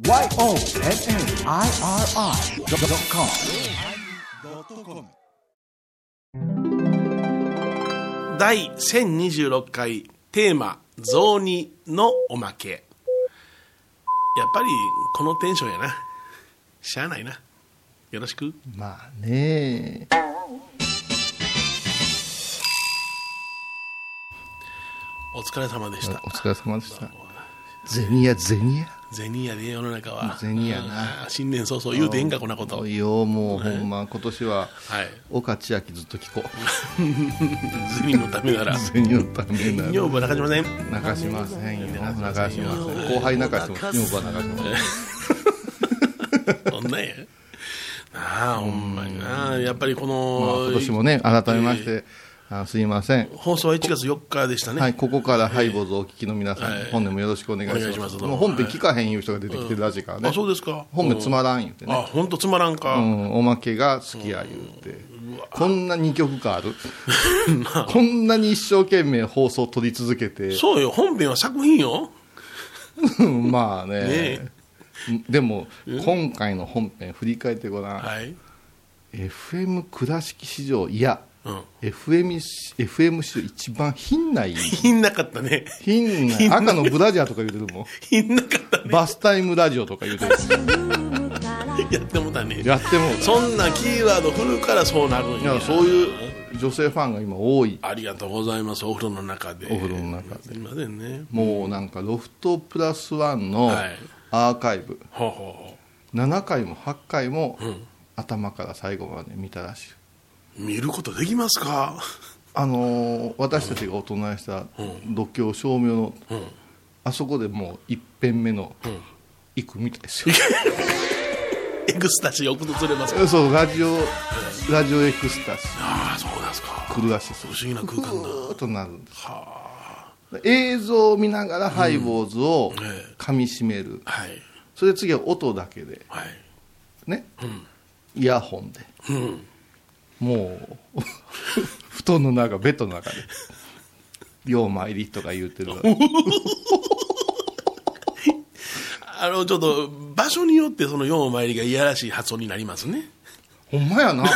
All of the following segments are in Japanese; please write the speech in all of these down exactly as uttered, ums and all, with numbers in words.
ワイオーエヌエヌアイアールアイドットコムだいせんにじゅうろっかいテーマ雑煮のおまけ。やっぱりこのテンションやな。しゃあないな。よろしく。 まあね。 お疲れ様でした。 お疲れ様でした。銭や銭や銭やで世の中は銭やな。 新年早々言うてええんかこんなこと。 いいよもうほんま今年は、はい、岡千秋ずっと聞こう。 銭のためなら銭のためなら女房は泣かしません。 泣かしませんよ。泣かしません。後輩泣かしても女房は泣かしません。 そんなんやなあ、ほんまにな。やっぱりこの、 まあ、今年もね改めまして、えーあすいません。 放送はいちがつよっかでしたね。 はい、ここからハイボーズをお聞きの皆さん、はい、本年もよろしくお願いします。お願いします。もう本編聞かへんいう人が出てきてるらしいからね。 あ、そうですか。 本編つまらん言うてね。 あ、本当つまらんか。 うん、おまけが好きや言うて。こんなにきょくかあるこんなに一生懸命放送撮り続けて。 そうよ、本編は作品よ。 まあね。ねでも、今回の本編振り返ってごらん。はい、エフエム 倉敷史上、いや、うん、エフエム, エフエム 史上一番品ない。 品なかったね。 品ない。赤のブラジャーとか言うてるもん。 品なかったね。 バスタイムラジオとか言うてる。 やってもたね。 やってもそんなキーワード振るからそうなるんや。 いや、そういう女性ファンが今多い。 ありがとうございます。お風呂の中で。 お風呂の中で。 すいませんね。 もうなんかロフトプラスワンのアーカイブ、はい、ほうほうほうななかいもはちかいも、うん、頭から最後まで見たらしい。 見ることできますか？ あのー、私たちがお唱えした度胸照明の、うん、あそこでもう一遍目の、うん、行くみたいですよ。 エクスタシー送って釣れますか？ そう、ラジオラジオエクスタシー。 ああ、そうなんですか。 来るらしいです。 不思議な空間だ。 ふーっとなるんです。はあ。映像を見ながらハイボーズを噛み締める、うんはい、それで次は音だけで、はい、ね、うん、イヤホンで、うん、もう布団の中ベッドの中でよう参りとか言うてるあのちょっと場所によってそのよう参りがいやらしい発音になりますね。 ほんまやな。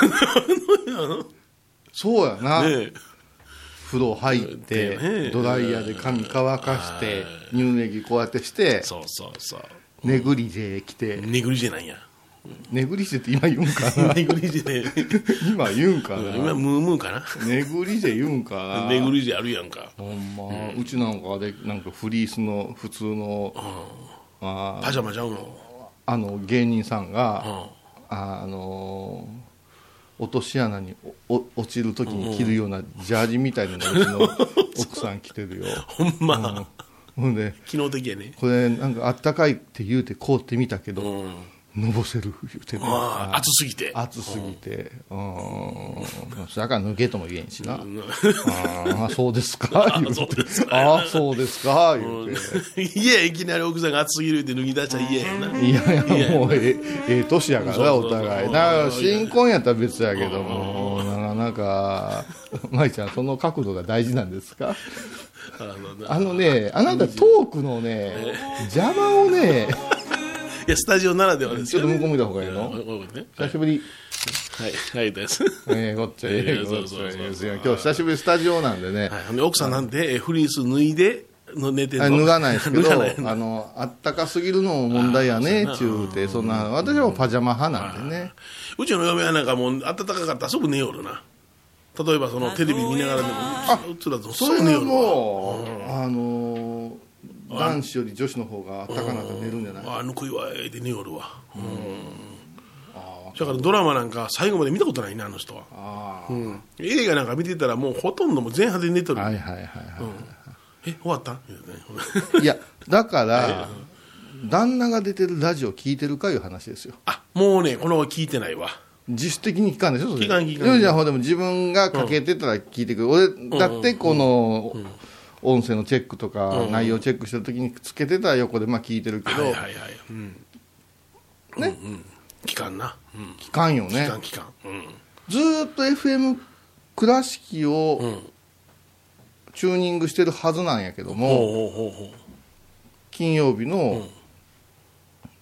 そうやな、ね、風呂入って、ね、ドライヤーで髪乾かして乳液こうやってして、 そうそうそう、 ネグリジェ着て。 ネグリジェなんや。 ネグリジェって今言うんかな。 ネグリジェね。 今言うんかな。 今ムームーかな。 ネグリジェ言うんかな。 ネグリジェあるやんか。 ほんま、うん、うちなんかでなんかフリースの普通の、 うん、あパジャマちゃうの。 あの芸人さんが、うん、あの落とし穴にお落ちるときに着るようなジャージみたいなのうちの奥さん着てるよ。 ほんま、 うん、ほんで機能的やね。 これなんかあったかいって言うて凍ってみたけど、うん、のぼせる言うてね。 ああ、暑すぎて暑すぎて、うん、それから抜けとも言えんしな。うん、ああそうですか言うて、ああそうですか言うて、 いやいきなり奥さんが暑すぎるって脱ぎ出したら嫌やな。 いやいやもうええ年やからお互いな。新婚やったら別やけども、なんか舞ちゃんその角度が大事なんですか？あのね、あなたトークのね邪魔をね、 いやスタジオならではですよ、ね、 ちょっと向こう見た方がいいの、ね、久しぶり。 はいはいです。 ええこっちゃええこっちゃええ。今日久しぶりスタジオなんでね。 はい、奥さんなんでフリース脱いでの寝てるの。 脱がないですけど、あのあったかすぎるのも問題やねちゅうて、そんな私はパジャマ派なんでね。 うちの嫁はなんかもう暖かかったらすぐ寝よるな。例えばそのテレビ見ながらでもうつらとすぐ寝よるわ。 もうあの男子より女子の方が暖かなったら寝るんじゃない？ ああぬくいわえで寝よるわ。うんだからドラマなんか最後まで見たことないなあの人は。あ、うん、映画なんか見てたらもうほとんども前半で寝とる。はいはいはいはい、うん、え終わった？ いやだから旦那が出てるラジオ聞いてるかいう話ですよ。 あもうねこの聞いてないわ。 自主的に聞かんでしょそれ。 聞かん聞かん。 じゃあほんでも自分がかけてたら聞いてくる、うん、俺だってこの、うんうん音声のチェックとか内容チェックしてる時につけてたら横でまあ聞いてるけど、はいはいはい、うん、ね、 うんうん、聞かんな、うん、 聞かんよね。 聞かん聞かん、うん、 ずーっと エフエム 倉敷をチューニングしてるはずなんやけども、うん、金曜日の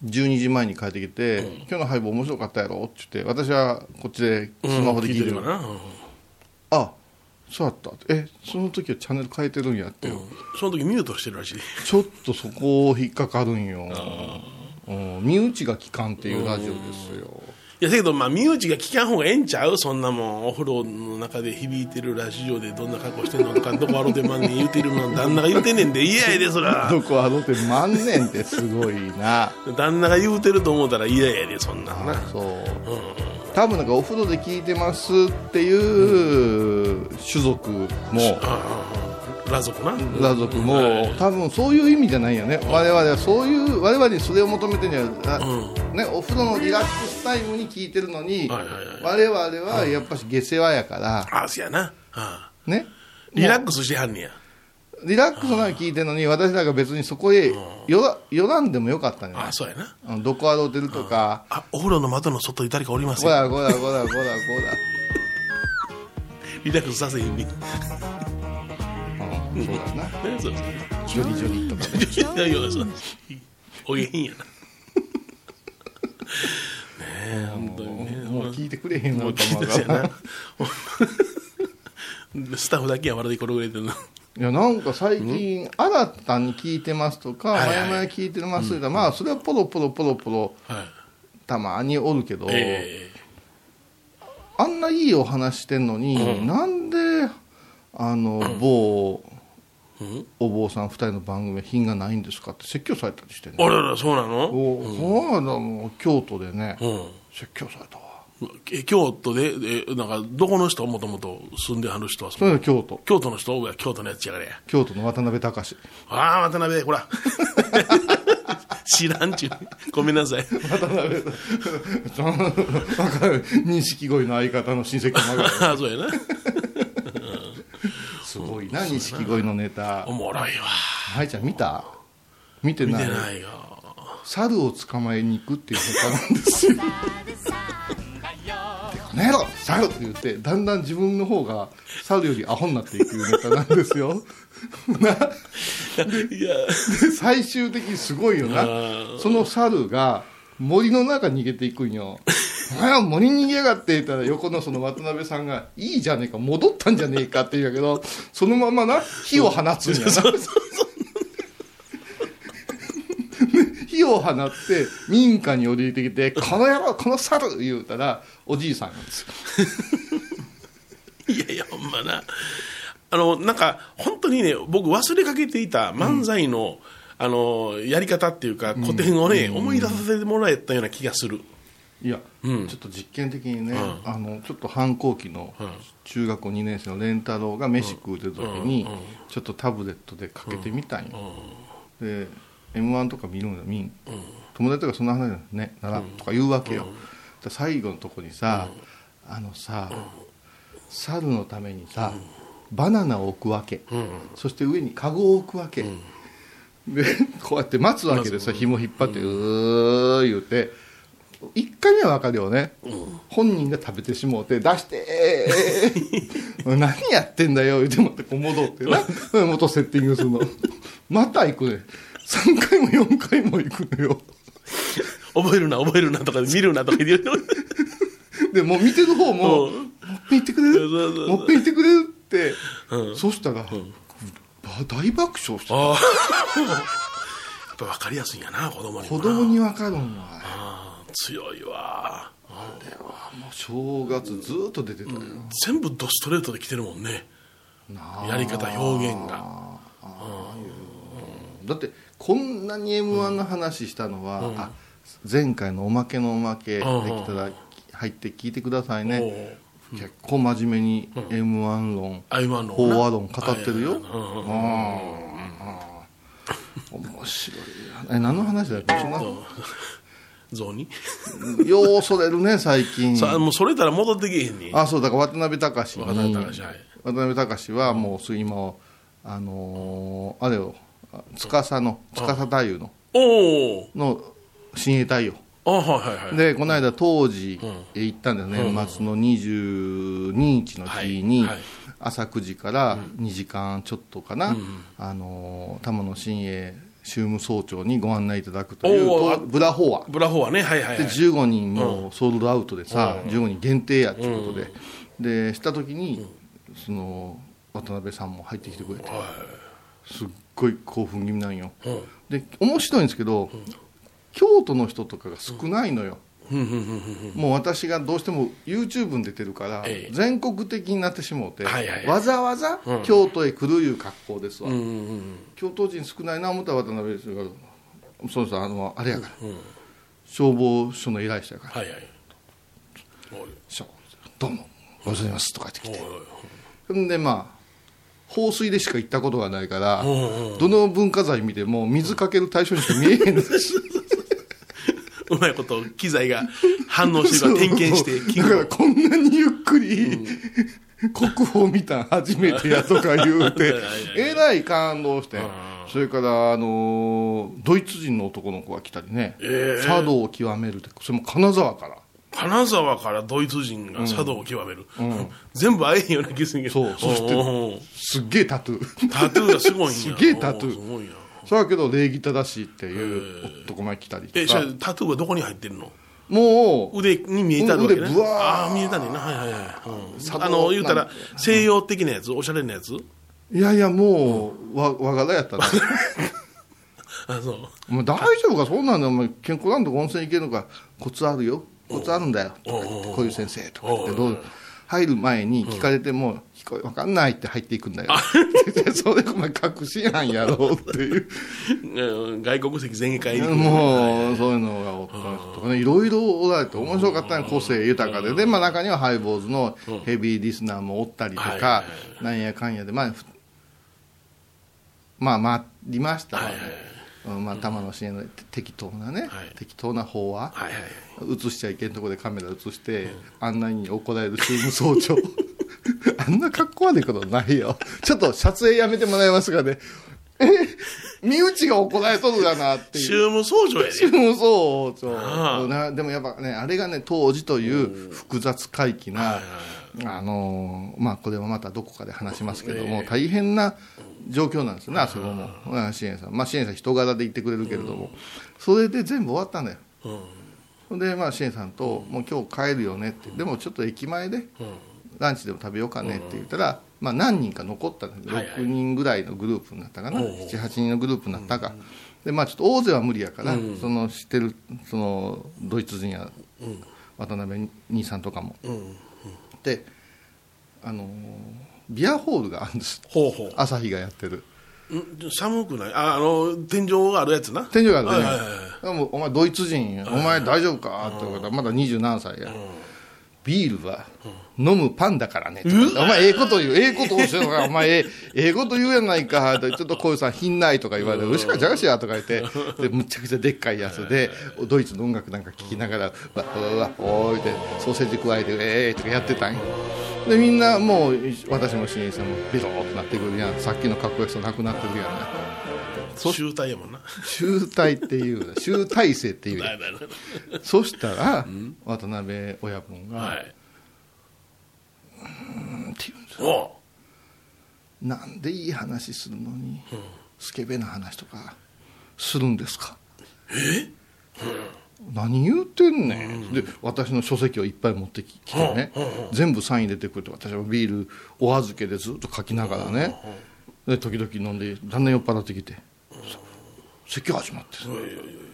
じゅうにじまえに帰ってきて、うん、今日のハイボー面白かったやろって言って、私はこっちでスマホで聞いてるから、うん、あ、そうやった、え、その時はチャンネル変えてるんやって、うん、 その時ミュートしてるらしい。 ちょっとそこ引っかかるんよ、うん、身内が聞かんっていうラジオですよ。 いやだけど、まあ、身内が聞かん方がええんちゃう。そんなもんお風呂の中で響いてるラジオでどんな格好してんのとか、どこ歩いてまんねん言うてるの旦那が言うてんねんで、嫌やでそら。 どこ歩いてまんねんってすごいな。 旦那が言うてると思ったら嫌やで、そんなな。 そう、うん、多分なんかお風呂で聞いてますっていう種族も、うん、 裸族な、 裸族も、はい、多分そういう意味じゃないよね、うん、我々はそういう我々にそれを求めてるんじゃない、うん、ね、お風呂のリラックスタイムに聞いてるのに、はいはいはい、我々はやっぱし下世話やから、うん、 ああそうやな、はあ、 ね、 リラックスしてはんねや。 リラックスなの聞いてるのに、私らが別にそこへよら、よらんでもよかったね。 ああそうやな、 どこ歩いてるとか、 あ、お風呂の窓の外に誰かおりますよ。 ごだごだごだごだごだリラックスさせへんにそうだな、ね、そうそうジョリジョリとかね。いやいやそうおげへんやな。ねえ本当にね、もう聞いてくれへんのかもわからん。 スタッフだけは笑い転がれてるの。いやなんか最近、うん、新たに聞いてますとか、はいはい、前々聞いてますとか、うん、まあそれはポロポロポロポロ、はい、たまにおるけど、えー、あんないいお話してんのに、うん、なんであの、うん、某うん、お坊さんふたりの番組は品がないんですかって説教されたりしてる、ね、 あららそうなの、 お、うん、そうなの、京都でね、うん、説教されたわ。 え京都でえなんかどこの人もともと住んではる人はそういうの京都京都の人は京都のやつやからや。 京都の渡辺隆。 ああ渡辺ほら知らんちゅうごめんなさい。渡辺錦鯉の相方の親戚もああそうやな。 すごいな錦鯉のネタ。 おもろいわ。 はいちゃん見た？見てない。 見てないよ。 猿を捕まえに行くっていうネタなんですよ。この野郎猿って言ってだんだん自分の方が猿よりアホになっていくネタなんですよ。いや最終的にすごいよな。その猿が森の中に逃げていくんよ。ああ森に逃げやがって言ったら横のその渡辺さんがいいじゃねえか戻ったんじゃねえかって言うんだけどそのままな火を放つんやな。火を放って民家に降りてきてこの野郎この猿言うたらおじいさんなんですよ。 いやいやほんまなあのなんか本当にね僕忘れかけていた漫才の、うん、あのやり方っていうか古典をね、うん、思い出させてもらえたような気がする。 いや、うん、ちょっと実験的にね、うん、あのちょっと反抗期の中学校にねん生の蓮太郎が飯食うてる時に、うんうん、ちょっとタブレットでかけてみたんよ、うんうん、で エムワン とか見るんだみん、うん、友達とかそんな話だねなら、うん、とか言うわけよ、うん、最後のとこにさ、うん、あのさ、うん、猿のためにさ、うん、バナナを置くわけ、うん、そして上にカゴを置くわけ、うん、でこうやって待つわけでさ紐引っ張って、うん、うー言うていっかいめは分かるよね、うん、本人が食べてしもうて出してー何やってんだよ言うてもってこう戻ってな元セッティングするのまた行くねさんかいもよんかいも行くのよ覚えるな覚えるなとか見るなとか言ってでもう見てる方ももっぺん言ってくれるもっぺん言ってくれるって、うん、そしたら、うん、大爆笑してた。やっぱ分かりやすいんやな子供に子供に分かるんわ強いわ。 あれはもう正月ずっと出てたよ、うん、 全部ドストレートで来てるもんねやり方表現が、 うん、だってこんなに エムワン の話したのは、うん、あ前回のおまけのおまけできたら入って聞いてくださいね、うん、結構真面目に エムワン 論、うん、法話論語ってるよ。面白い。え何の話だっけゾウにようそれるね最近さもうそれたら戻ってけへんにあそうだから渡辺隆に渡辺隆、はい、 渡辺隆はもう今あのー、あれよ司の司太夫のの親衛隊よあ、はいはいはい、 でこの間当時へ行ったんだよね、うん、年末のにじゅうににちの日に、はいはい、朝くじからにじかんちょっとかな、うん、あのー、玉野親衛宗務総長にご案内いただくというブラフォアブラフォアね、はいはい、はい、 でじゅうごにんもソールドアウトでさ、うん、じゅうごにん限定やっていうことで、うん、でした時に、うん、その渡辺さんも入ってきてくれて、すっごい興奮気味なんよ、うん、で面白いんですけど、うん、京都の人とかが少ないのよ、うん、もう私がどうしても YouTube に出てるから、ええ、全国的になってしもうて、はいはいはい、わざわざ京都へ来るいう格好ですわ、うんうんうん、京都人少ないな思ったら渡辺さんがそうそう、あのあれやから、うん、消防署の偉い人やから、はいはい、どうもおはようございますとか言ってきて、んでまあ放水でしか行ったことがないから、どの文化財見ても水かける対象にしか見えへんですうまいこと機材が反応してるから点検してだからこんなにゆっくり、うん、国宝見たん初めてやとか言うてえらい感動して、それからあのドイツ人の男の子が来たりね、えー、茶道を極めるって、それも金沢から金沢からドイツ人が茶道を極める、うんうん、全部会えへんような気するけど、 そう、そしてすっげえタトゥータトゥーがすごいんやすげえタトゥーすごいな、そうだけど礼儀正しいっていう男前来たりとか。 えー、タトゥーはどこに入ってるの？ もう腕に見えたわけね。 腕ブワー、 ああ見えたねな、はいはいはい、うん、あの言うたら西洋的なやつ、おしゃれなやつ？ いやいやもう、うん、わ和柄やったなあ、そう。 お前大丈夫か、そんなんでお前健康なんとか温泉行けるのか、コツあるよ、コツあるんだよとか言って、こういう先生とか言って、どう入る前に聞かれても、うん、聞こえ分かんないって入っていくんだよそれお前隠しやんやろうっていう外国籍全員会もうそういうのがおったとかね、いろいろおられて面白かったね、個性豊かで、で、まあ、中にはハイボーズのヘビーリスナーもおったりとか、なんやかんやで、まあまあ待りましたので、まあ、玉野支援の適当なね、はい、適当な法話、はいはい、映しちゃいけんとこでカメラ映して、うん、あんなに怒られる宗務総長あんな格好悪いことないよ、ちょっと撮影やめてもらえますかね、え身内が怒られとるがなっていう、 宗務総長やね、 宗務総長でもやっぱね、あれがね当時という複雑怪奇な、あのー、まあこれはまたどこかで話しますけども、大変な状況なんですよね、あそこも支援さん、まあ支援さん人柄で言ってくれるけれども、それで全部終わったんだよ、うん、でまあ支援さんともう今日帰るよねって、でもちょっと駅前でランチでも食べようかねって言ったら、まあ何人か残ったんです、ろくにんぐらいのグループになったかな、ななはちにんのグループになったか、でまあちょっと大勢は無理やから、その知ってるそのドイツ人や渡辺兄さんとかも、であのビアホールがあるんです、ほうほう、朝日がやってる、 ん寒くない、ああの天井があるやつな、 天井があるね、はいはいはい、もうお前ドイツ人、はいはい、お前大丈夫かって言うから、まだ二十何歳や、うん、ビールは飲むパンだからねとか、うん、お前ええこと言う、ええこと教えるからお前ええええこと言うやないか、ちょっとこういうさ品ないとか言われて、うしかじゃがしやとか言って、でむちゃくちゃでっかいやつでドイツの音楽なんか聴きながら、わわわおーいでソーセージ加えてええー、とかやってたんよ。でみんなもう私も支援さんもビローっとなってくるやん、さっきのかっこよさなくなってるやんな、 集大やもんな、 集大っていう集大成っていうそしたら、うん、渡辺親分が、はい、うーんって言うんですよ、なんでいい話するのに、うん、スケベな話とかするんですか、 え、 うん、何言うてんねん、うん、で私の書籍をいっぱい持ってきてね、うんうん、全部サイン出てくると、私はビールお預けでずっと書きながらね、で時々飲んでだんだん酔っ払ってきて、説教始まって、うん、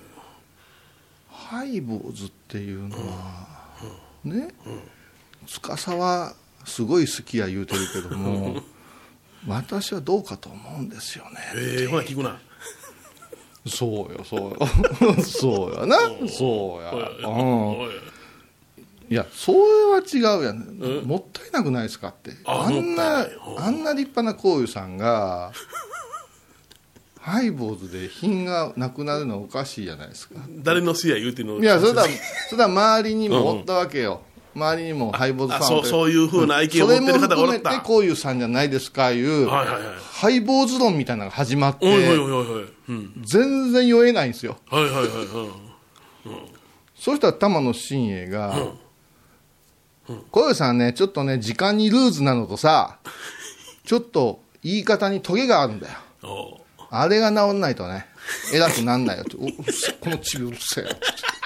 ハイボーズっていうのは、うん、ね、うん、司はすごい好きや言うてるけども私はどうかと思うんですよね、 えー、ほら聞くな、 そうよそうよそうやな、そうや、うん、いやそれは違うやん、うん、もったいなくないですかって、あんなあんな立派なこういうさんがハイボーズで品がなくなるのはおかしいじゃないですか、 誰のせいや言うてんの、 いやそれだそれだ周りにもおったわけよ、うん、周りにもハイボーズさんそう、そういうふうな意見を持ってる方がおった、それも含めてこういうさんじゃないですかいう、はいはいはい、ハイボーズ論みたいなのが始まって、おいおいおいおい、うん、全然酔えないんですよ、はいはいはい、うん、そうしたら玉野真栄が、うんうん、小遊さんねちょっとね時間にルーズなのとさちょっと言い方にトゲがあるんだよ、あれが治んないとね偉くなんなよっておこのチビうるせえよ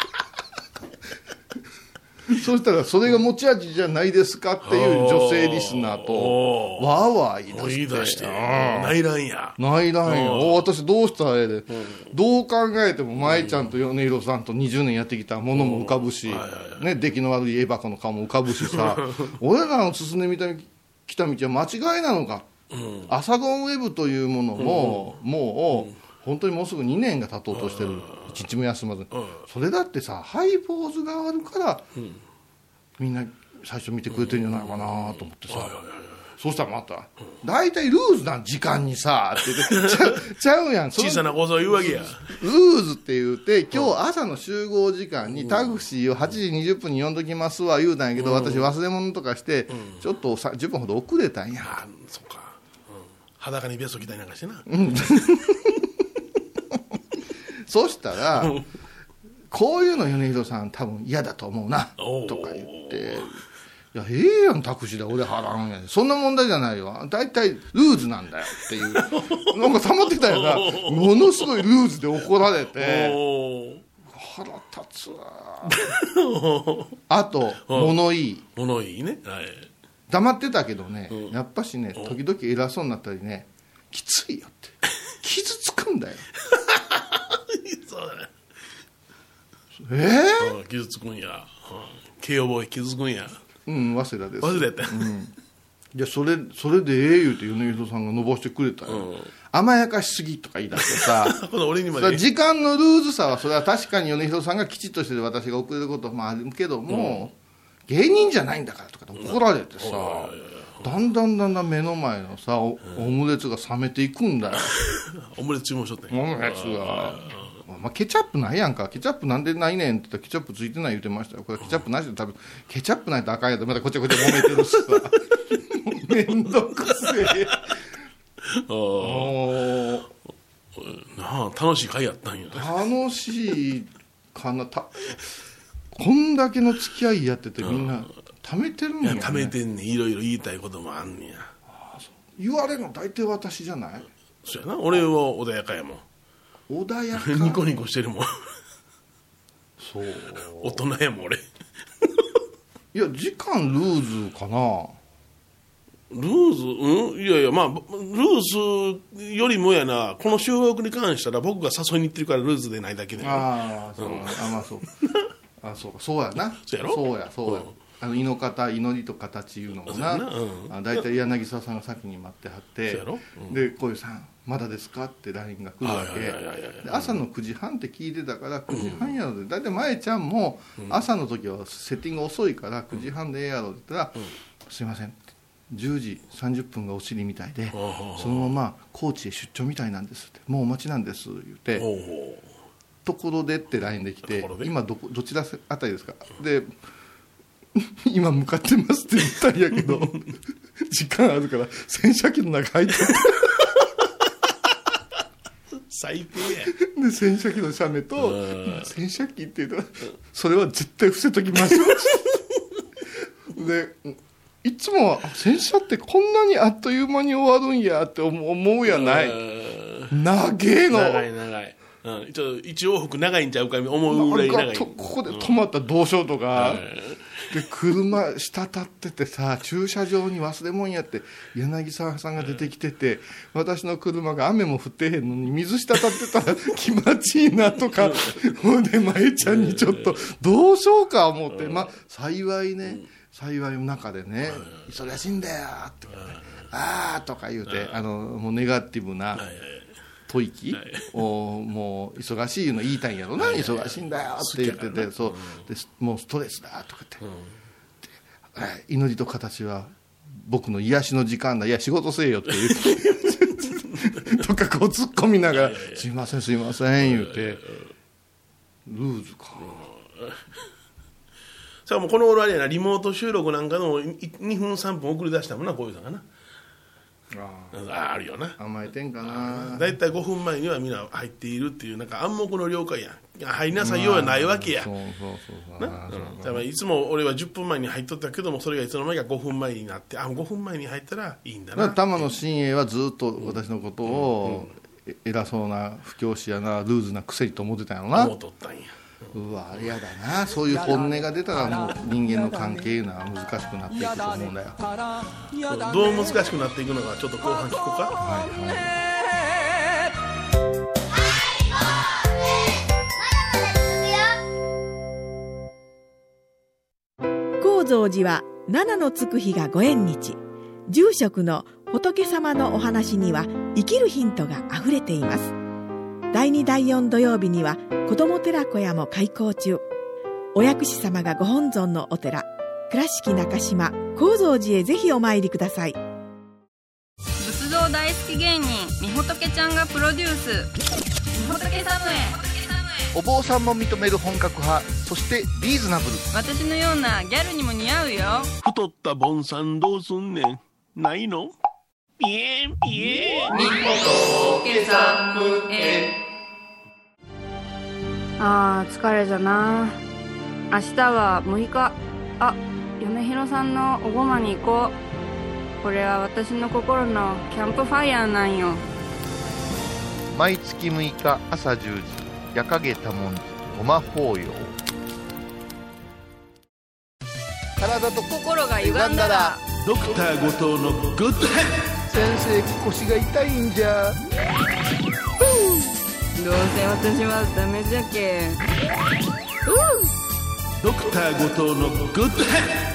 そうしたらそれが持ち味じゃないですかっていう女性リスナーとわーわー言い出して内乱や内乱やお私どうしたらええで、うん、どう考えても舞ちゃんと米広さんとにじゅうねんやってきたものも浮かぶし、ね、出来の悪いエバコの顔も浮かぶしさ俺らの進んでみた来た道は間違いなのか、うん、アサゴンウェブというものも、うん、もう、うん、本当にもうすぐにねんが経とうとしてる、一日も休まず、うん、それだってさハイボーズがあるから、うん、みんな最初見てくれてるんじゃないかなと思ってさ、うん、そうしたらまた大体、うん、ルーズな時間にさって言ってちゃ, ちゃうやん小さなことを言うわけやルーズって言うて今日朝の集合時間にタクシーをはちじにじゅっぷんに呼んどきますわ言うたんやけど、うん、私忘れ物とかして、うん、ちょっとじゅっぷんほど遅れたんや、 あそうか、うん、裸にベスト着たりなんかしてな、 うんそしたらこういうの米広さん多分嫌だと思うなとか言っていやええやんタクシーで俺払うんやそんな問題じゃないよ大体ルーズなんだよっていうなんか溜まってきたよなものすごいルーズで怒られて腹立つわあと物言い物言いね、はい、 黙ってたけどね、うん、やっぱしね時々偉そうになったりねきついよって傷つくんだよそうだねえー、 傷つくんや慶応ボーイ傷つくんやうん早稲田です早稲田やった、 うん、いやそれそれでええ言うて米広さんが伸ばしてくれたよ、うん、甘やかしすぎとか言い出してさこの俺にまで時間のルーズさはそれは確かに米広さんがきちっとして私が遅れることもあるけども、うん、芸人じゃないんだからとか怒られてさ、うん、だんだんだんだん目の前のさ オ,、うん、オムレツが冷めていくんだよオムレツ注文しとったんやオムレツがまあ、ケチャップないやんかケチャップなんでないねんって言ったらケチャップついてない言ってましたよこれケチャップなしで多分ケチャップないとあかんやとまたこっちゃこっちゃ揉めてるしさめんどくせえなあ楽しい会やったんや楽しいかなたこんだけの付き合いやっててみんな貯めてるんや、ね、 いや貯めてんねんいろいろ言いたいこともあんねやあ言われるの大体私じゃないそうやな俺は穏やかやもん穏やかニコニコしてるもんそう大人やもん俺いや時間ルーズかなルーズうんいやいやまあルーズよりもやなこの収録に関したら僕が誘いに行ってるからルーズでないだけでああそう、うん、あまあそうあそうかそうやなそうやろそうやそうや、うんあの祈方祈りと形いうのもな大体、うん、柳沢さんが先に待ってはって、うん、で小遊さんまだですかって ライン が来るわけ朝のくじはんって聞いてたからくじはんやろで大体舞ちゃんも朝の時はセッティング遅いからくじはんでええやろって言ったら、うん、すいませんじゅうじさんじゅっぷんがお尻みたいでそのまま高知へ出張みたいなんですってもうお待ちなんです言ってところでって ライン で来て今 ど, どちらあたりですかで今向かってますって言ったんやけど時間あるから洗車機の中入って最低やで洗車機の写メと洗車機って言ったらそれは絶対伏せときましょうでいつも洗車ってこんなにあっという間に終わるんやって思うやない長えの長い長い、うん、ちょ一往復長いんちゃうか思うぐらい長いここで止まったらどうしようとか、うんで車滴っててさ駐車場に忘れ物やって柳沢さんが出てきてて私の車が雨も降ってへんのに水滴ってたら気持ちいいなとかほんで舞ちゃんにちょっとどうしようか思ってまあ幸いね幸いの中でね忙しいんだよとかねあーとか言うてあのもうネガティブな吐息をもう忙しいの言いたいんやろな忙しいんだよって言っててそうでもうストレスだとかって祈りと形は僕の癒しの時間だいや仕事せえよって言ってとかこう突っ込みながらすいませんすいません言うてルーズかさあもうこの頃あれやなリモート収録なんかのにふんさんぷん送り出したもんなこういうのがなあああるよな甘えてんかなだいたいごふんまえにはみんな入っているっていうなんか暗黙の了解やん入りなさいようはないわけや、まあ、そうそうそうな、うん、だからいつも俺はじゅっぷんまえに入っとったけどもそれがいつの間にかごふんまえになってあごふんまえに入ったらいいんだな玉野真栄はずっと私のことを偉そうな不教師やな、ルーズなくせにと思ってたんやろな。 思っとったんや。 うわ、あれやだな。そういう本音が出たらもう人間の関係いうのは難しくなっていくと思うんだよ。 どう難しくなっていくのかちょっと後半聞こうか。はいはい。 高蔵寺は七のつく日がご縁日。住職の仏様のお話には生きるヒントがあふれています。だいにだいよん土曜日には子ども寺小屋も開校中。お薬師様がご本尊のお寺、倉敷中島・高蔵寺へぜひお参りください。 仏像大好き芸人みほとけちゃんがプロデュース、みほとけサムエ。 お坊さんも認める本格派、そしてリーズナブル。 私のようなギャルにも似合うよ。 太ったボンさんどうすんねん、ないの？ピエンピエンみほとけサムエ。 あー疲れじゃな。明日はむいか。あ、米広さんのおごまに行こう。これは私の心のキャンプファイヤーなんよ。 毎月むいか朝じゅうじ、夜影多文字ごま法要。体と心が歪んだらドクター後藤のグッドヘッド。 先生、腰が痛いんじゃ。 どうせ私はダメじゃけ。 ドクター後藤のグッドヘッド。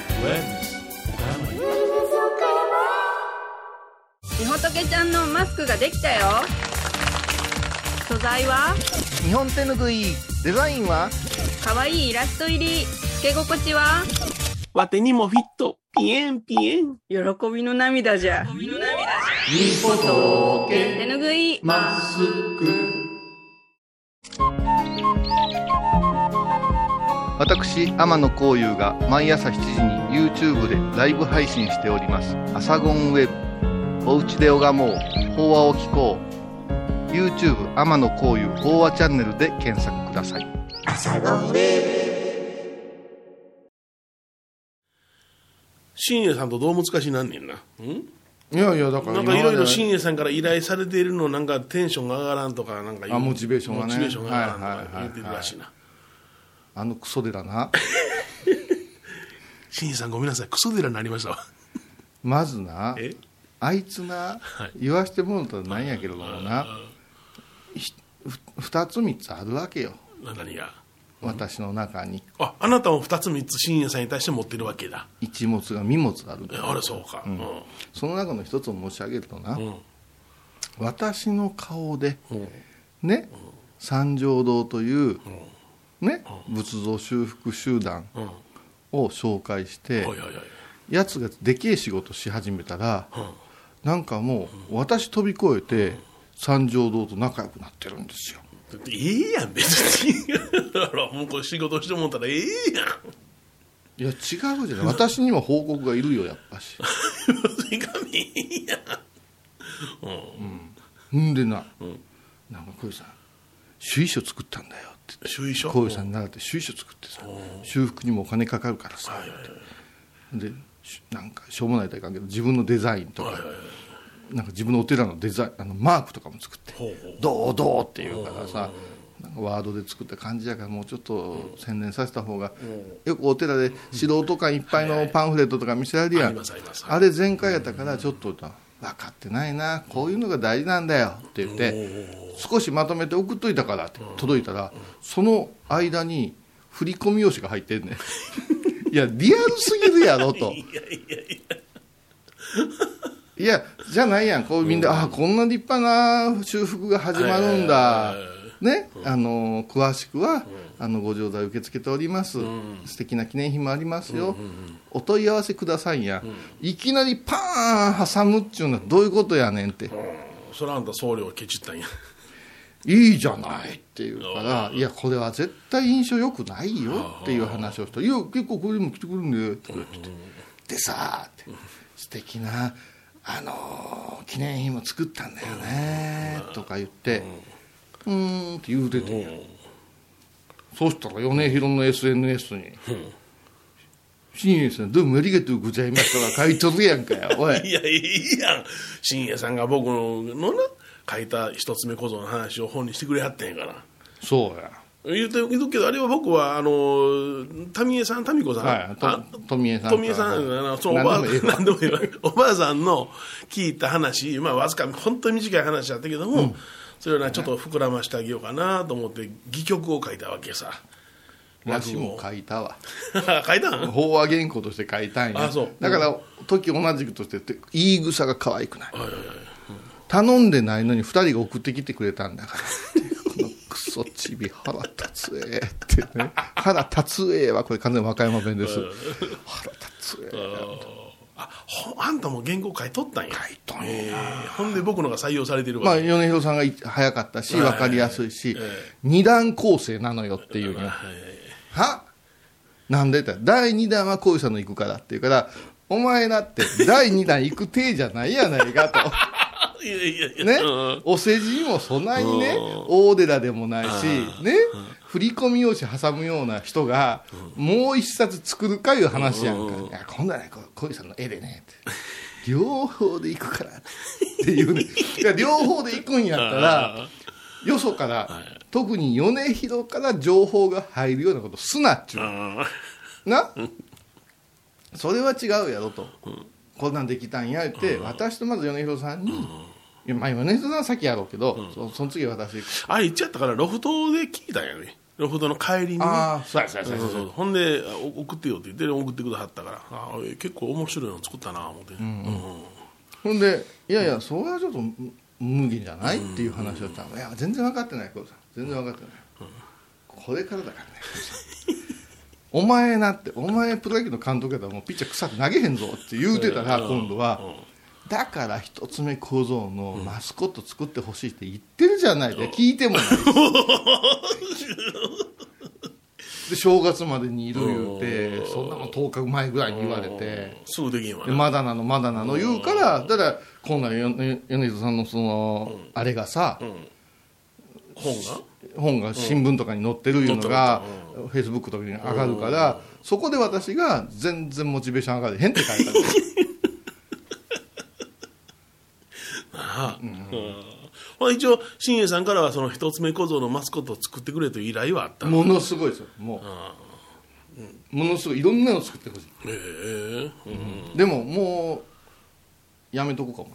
みほとけちゃんのマスクができたよ。素材は日本手ぬぐい。デザインはかわいいイラスト入り。つけ心地はわてにもフィット。ピエンピエン。 喜びの涙じゃ。 みほとけ手ぬぐいマスク。私天野幸雄が毎朝しちじに YouTube でライブ配信しておりますアサゴンウェブ。おうちで拝もう、法話を聞こう。 YouTube 天野幸雄法話チャンネルで検索ください。アサゴンウェブ。 信也さんとどう難しいなんねんな。んいやいや、だからなんかいろいろ信也さんから依頼されているのなんかテンションが上がらんとかなんか言う。 あ、モチベーションがね、 モチベーションが上がらんとはいはいはいはいか言ってるらしいな。 あのクソデラな信也さんごめんなさい、クソデラになりましたわ。 まずな、 えあいつな、はい、言わしてもらったらなんやけれどもな、ふたつみっつあるわけよ。 何が？ 私の中に。 あ、あなたもふたつみっつ信也さんに対して持ってるわけだ。 一物が二物ある。 あれそうか、うんうん、 その中の一つを申し上げるとな、うん、私の顔で、うん、ね、うん、三浄堂という、うんね、うん、仏像修復集団を紹介して、うん、やつがでけえ仕事し始めたら、うん、なんかもう私飛び越えて三浄堂と仲良くなってるんですよ。 ええやん別にだからもうこれ仕事してもらったらええやん。 いや違うじゃない、私にも報告がいるよやっぱしいかねえやん。 うん、うん、んでな、うん、なんか小遊さん主意書作ったんだよって。 主意書小遊さんに習って主意書作ってさ、修復にもお金かかるからさ、はいはいはい、でなんかしょうもないといかんけど自分のデザインとか、はいはいはい、なんか自分のお寺のデザイン、あのマークとかも作ってどうどうっていうからさ、なんかワードで作った感じやからもうちょっと洗練させた方が、よくお寺で素人感いっぱいのパンフレットとか見せられるやん、あれ前回やったからちょっと分かってないな、こういうのが大事なんだよって言って少しまとめて送っといたからって届いたら、その間に振り込み用紙が入ってんねんいやリアルすぎるやろといやいやいやいやじゃないやん、こうみんな、うん、あこんな立派な修復が始まるんだ、ね、あの詳しくは、うん、あのご錠剤受け付けております、うん、素敵な記念品もありますよ、うんうんうん、お問い合わせくださいや、うん、いきなりパーン挟むっちゅうのはどういうことやねんって、うん、 それあんた送料はケチったんやいいじゃないって言うから、いやこれは絶対印象良くないよっていう話をして、いや結構これも来てくるんだよって言って、でさって素敵なあのー、記念品も作ったんだよねとか言ってうーんって言うてて、そうしたら米広の エスエヌエス に信也さんどうもありがとうございましたが書いとるやんかよおいいやいいやん、信也さんが僕ののな書いた一つ目小僧の話を本にしてくれはってんやから。 そうや言うて言うとくけど、あれは僕はあの民江さん、民子さん、 はい、と富江さん富江さん、あのそのおばあ何でもいいわおばあさんの聞いた話、まあわずか本当に短い話だったけども、うん、それをなちょっと膨らましてあげようかなと思って戯曲を書いたわけさ。 わしも書いたわ書いたん法話原稿として書いたんや。 あそうだから時同じくとして言い草が可愛くない、はいはいはい、うん、頼んでないのにふたりが送ってきてくれたんだからこのクソチビ腹立つえってね腹立つえはこれ完全に和歌山弁です腹立つえあ, あんたも原稿書いとったんや。 書いとんや、 えー、ほんで僕のが採用されてるわ、 まあ、米広さんが早かったし分かりやすいし、はいはいはい、二段構成なのよっていうね、はいはいはい、はなんでってだいにだんはこういうさんの行くからって言うから、お前だってだいにだん行く体じゃないやないかといやいやいや、ね、うん、お世辞もそんなにね、大寺でもないし、ね、振り込み用紙挟むような人がもう一冊作るかいう話やんか。いや今度はねこういうさんの絵でねって両方で行くからっていうねいや両方で行くんやったらよそから、はい、特に米広から情報が入るようなことすなっちゅうなそれは違うやろと、うん、こんなんできたんやって、うん、私とまず米広さんに、うん、まあ米広さんは先やろうけど、うん、そ, その次私あれ言っちゃったからロフトで聞いたんやね。ロフトの帰りに、ね、 ああそうやそうやそうや、 そうほんで送ってよって言って送ってくださったから、あ結構面白いの作ったな思って、うんうんうん、 ほんでいやいやそれはちょっと無限じゃない、うん、っていう話をしたら、いや全然分かってないこれさ全然分かってない、うん、これからだからねお前なってお前プロ野球の監督やったらもうピッチャー腐って投げへんぞって言うてたら、今度は、うん、だから一つ目小僧のマスコット作ってほしいって言ってるじゃないで、うん、聞いてもないで正月までにいる言うて、そんなもんとおかまえぐらいに言われて、 すぐできんわね、 まだなのまだなの言うから、だから今度は米津さんのその、うん、あれがさ、うん、 本が本が新聞とかに載ってるいうのが、うん、フェイスブックとかに上がるから、うん、そこで私が全然モチベーション上がれへんって書いたんですああ、うんうんまあ、一応新栄さんからはその一つ目小僧のマスコットを作ってくれという依頼はあった。 ものすごいですよもう、うん、ものすごいいろんなの作ってほしい、えーうん、でももうやめとこうかも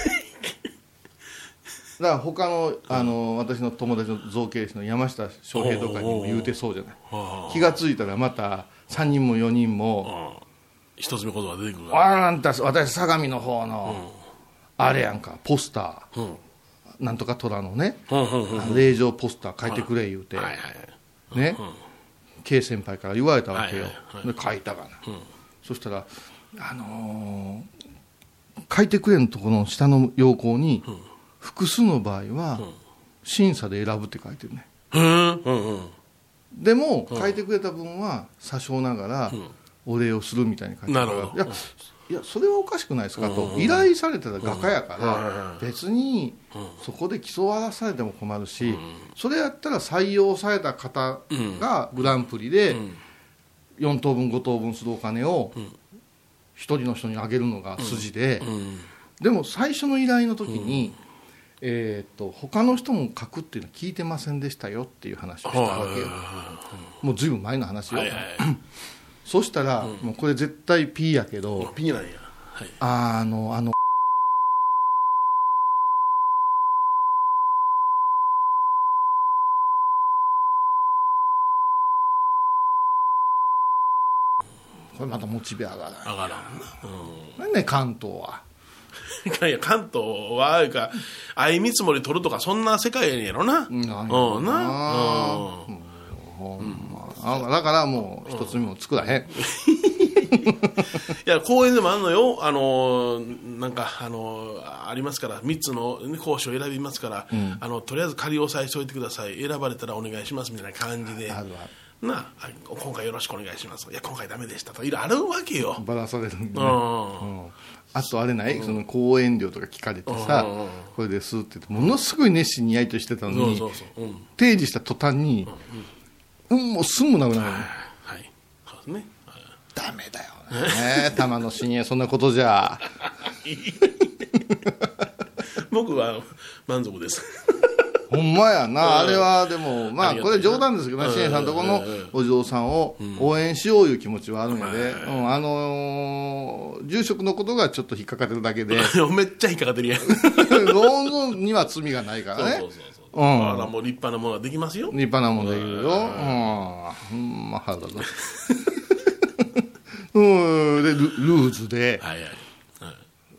だから他の、あの私の友達の造形師の山下翔平とかにも言うてそうじゃない気がついたらまたさんにんもよにんも一つ目小僧が出てくるああんた私相模の方の、うん、あれやんかポスター、うんなんとか虎のね、令状ポスター書いてくれ言うて、はいはい、ね、うん、K 先輩から言われたわけよ、はいはいはい、で書いたかな、うん、そしたら、あのー、書いてくれのところの下の要項に、うん、複数の場合は、うん、審査で選ぶって書いてるね、うんうんうん、でも、うん、書いてくれた分は詐称ながら、うん、お礼をするみたいに書いてあるから、いやいやそれはおかしくないですかと、依頼されたら画家やから別にそこで競わされても困るし、それやったら採用された方がグランプリでよん等分ご等分するお金をひとりの人にあげるのが筋で、でも最初の依頼の時にえー、と他の人も書くっていうのは聞いてませんでしたよっていう話をしたわけよ。もうずいぶん前の話よ、はいはいそしたら、うん、もうこれ絶対 P やけど P なんや、はい、 あのあのこれまたモチベ上がらない上がらんな、 うん、何ね関東はいや関東はか相見積もり取るとかそんな世界やねんやろな、うん、なうんなうんうんだからもう一つ目も作らへんいや公園でもあるのよ、あのなんかあのありますからみっつの講師を選びますから、うん、あのとりあえず仮押さえしておいてください選ばれたらお願いしますみたいな感じであるあるなあ今回よろしくお願いしますいや今回ダメでしたといろいろあるわけよばらされるんで、ねうん、あとあれない、うん、その講演料とか聞かれてさ、うん、これですって言ってものすごい熱心にやりとしてたのに、そうそうそう、うん、提示した途端に、うんうん、もうすぐなくなるね、はい、そうですね、ダメだよね玉野深夜そんなことじゃ僕は満足です。 ほんまやな、あれはでもまあこれ冗談ですけどね、支援さんとこのお嬢さんを応援しよういう気持ちはあるので、うん、あのー、住職のことがちょっと引っかかってるだけでめっちゃ引っかかってるやん。 ローンには罪がないからね。そうそうそうそう、うん、 あらもう立派なものができますよ。 立派なものできるよ。うん、まあ腹だぞ。うんで ル, ルーズで、はいはいはい、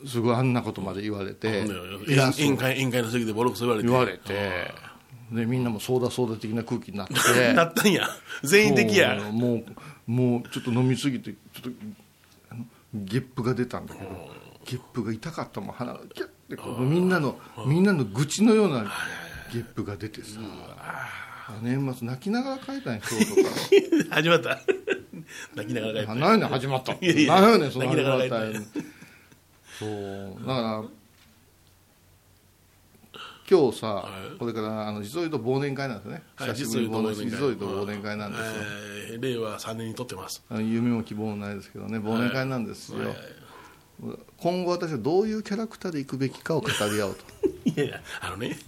すごいあんなことまで言われて、 宴会宴会の席でボロクソ言われて言われて、でみんなもそうだそうだ的な空気になってなったんや、全員的や。 もうもうちょっと飲みすぎてちょっとあのゲップが出たんだけど、ゲップが痛かったもん、鼻がキュッてこうみんなのみんなの愚痴のようなゲップが出てさ、年末泣きながら帰ったんや今日とか。 始まった。泣きながら帰った。 何やねん始まった。何やねんその始まった。そうだから今日さ、はい、これからあの実を言うと忘年会なんですね。 はい、 久しぶりの実を言うと忘年会なんですよ。 えー、令和さんねんにとってます。 夢も希望もないですけどね、忘年会なんですよ。はいはい、今後私はどういうキャラクターでいくべきかを語り合おうと。 いやいや、あのね、うん、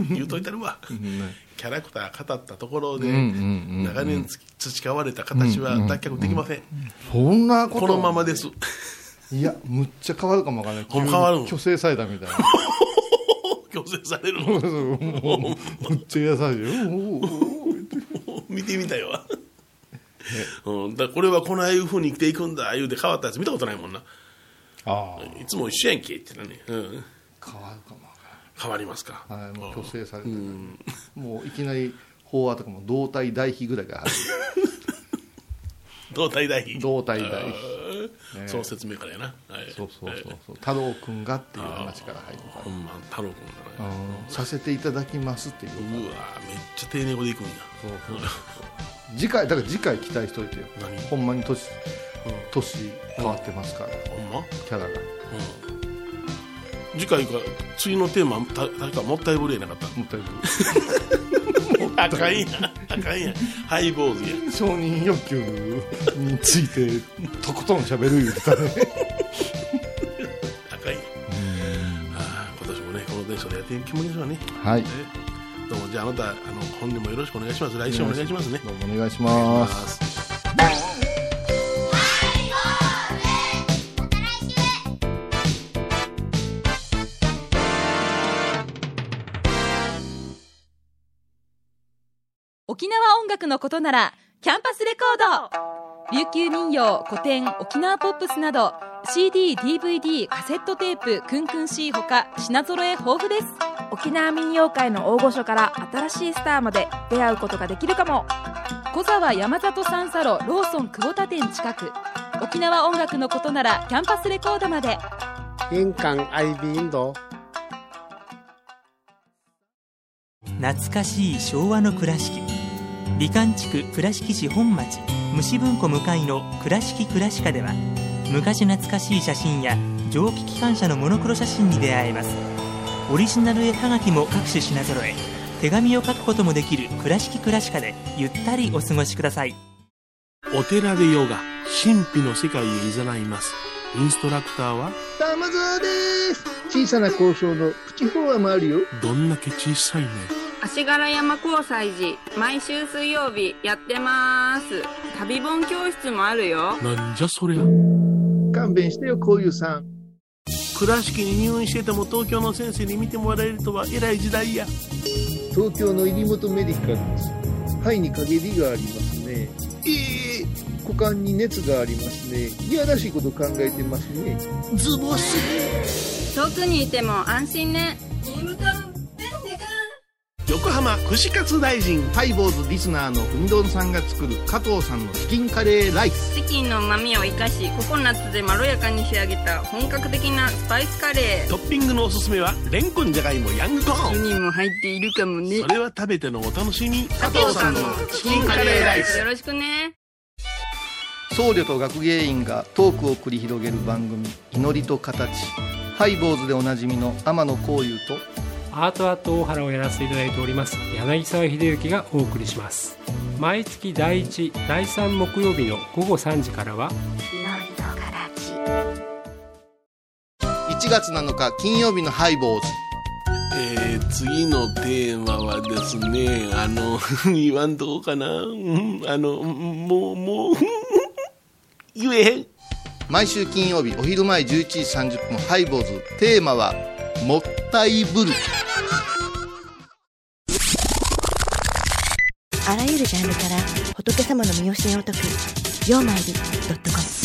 言うといたるわ、うんね、キャラクター語ったところで、うんうんうんうん、長年培われた形は脱却できません。 うんうんうん、そんなことこのままです。 いや、むっちゃ変わるかもわからない。 変わる。 虚勢されたみたいな。 強制されるの。 むっちゃ優しいよ。 見てみたいわ。うん、だこれはこないいう風に生きていくんだ言うて変わったやつ見たことないもんな。あいつも一緒やんけってね、うん、変わるかも。 変わりますか。 はい、もう虚勢されて、うん、もういきなり法話とかも同体代費ぐらいが入る。 同体代費。 同体代費。 ね、その説明からやな。はい、 そうそうそうそう。太郎くんがっていう話から入るから。 ほんま太郎くんだね。 させていただきますっていう。うわめっちゃ丁寧語でいくんや。そうそうそう。 次回だから次回期待しといてよ。何？ほんまに年年変わってますから。 ほんま？ キャラが。うん。 次回か次のテーマた確かもったいぶりやなかった。 もったいぶり。 あかんやんあかんやん。ハイボーズや。 承認欲求についてとことん喋る言ってたね。 あかんやん。あ今年もねこの電車でやっていきましょうね。 はい。 どうもじゃああなたあの本年もよろしくお願いします。来週もお願いしますね。 どうもお願いします。 沖縄音楽のことならキャンパスレコード、琉球民謡、古典、沖縄ポップスなど シーディー、ディーブイディー、カセットテープ、クンクン C ほか品揃え豊富です。 沖縄民謡界の大御所から新しいスターまで出会うことができるかも。 小沢山里三佐路ローソン久保田店近く。沖縄音楽のことならキャンパスレコードまで。 印鑑アイビーインド。 懐かしい昭和の倉敷、美観地区倉敷市本町虫文庫向かいの倉敷倉歯科では、昔懐かしい写真や蒸気機関車のモノクロ写真に出会えます。オリジナル絵はがきも各種品揃え、手紙を書くこともできる倉敷倉歯科でゆったりお過ごしください。 お寺でヨガ、神秘の世界へ誘います。インストラクターは玉沢です。小さな交渉のプチフォアもあるよ。 どんだけ小さいね。 足柄山交際時毎週水曜日やってます。旅本教室もあるよ。 なんじゃそりゃ。 勘弁してよこういうさん。 倉敷に入院してても東京の先生に見てもらえるとは偉い時代や。 東京の入本メディカルです。肺に陰りがありますね。ええー、股間に熱がありますね。いやらしいこと考えてますね。 ズボス。 遠くにいても安心ね。 横浜串カツ大臣ハイボーズリスナーのうみどんさんが作る加藤さんのチキンカレーライス。 チキンの旨味を生かしココナッツでまろやかに仕上げた本格的なスパイスカレー。 トッピングのおすすめはレンコン、じゃがいも、ヤングコーン。 にも入っているかもね。 それは食べてのお楽しみ。 加藤さんのチキンカレーライス、よろしくね。 僧侶と学芸員がトークを繰り広げる番組、祈りと形。ハイボーズでおなじみの天野幸雄とアートアート大原をやらせていただいております柳沢秀幸がお送りします。毎月だいいち、だいさん木曜日の午後さんじからはいちしがつなのか金曜日のハイボーズ。 えー、次のテーマはですね、あの言わんとこかな、うん、あのもうもう言えへん。 毎週金曜日お昼前じゅういちじさんじゅっぷんハイボーズ、テーマはもったいぶる。 あらゆるジャンルから仏様の身教えを解く曜マイルドットコム。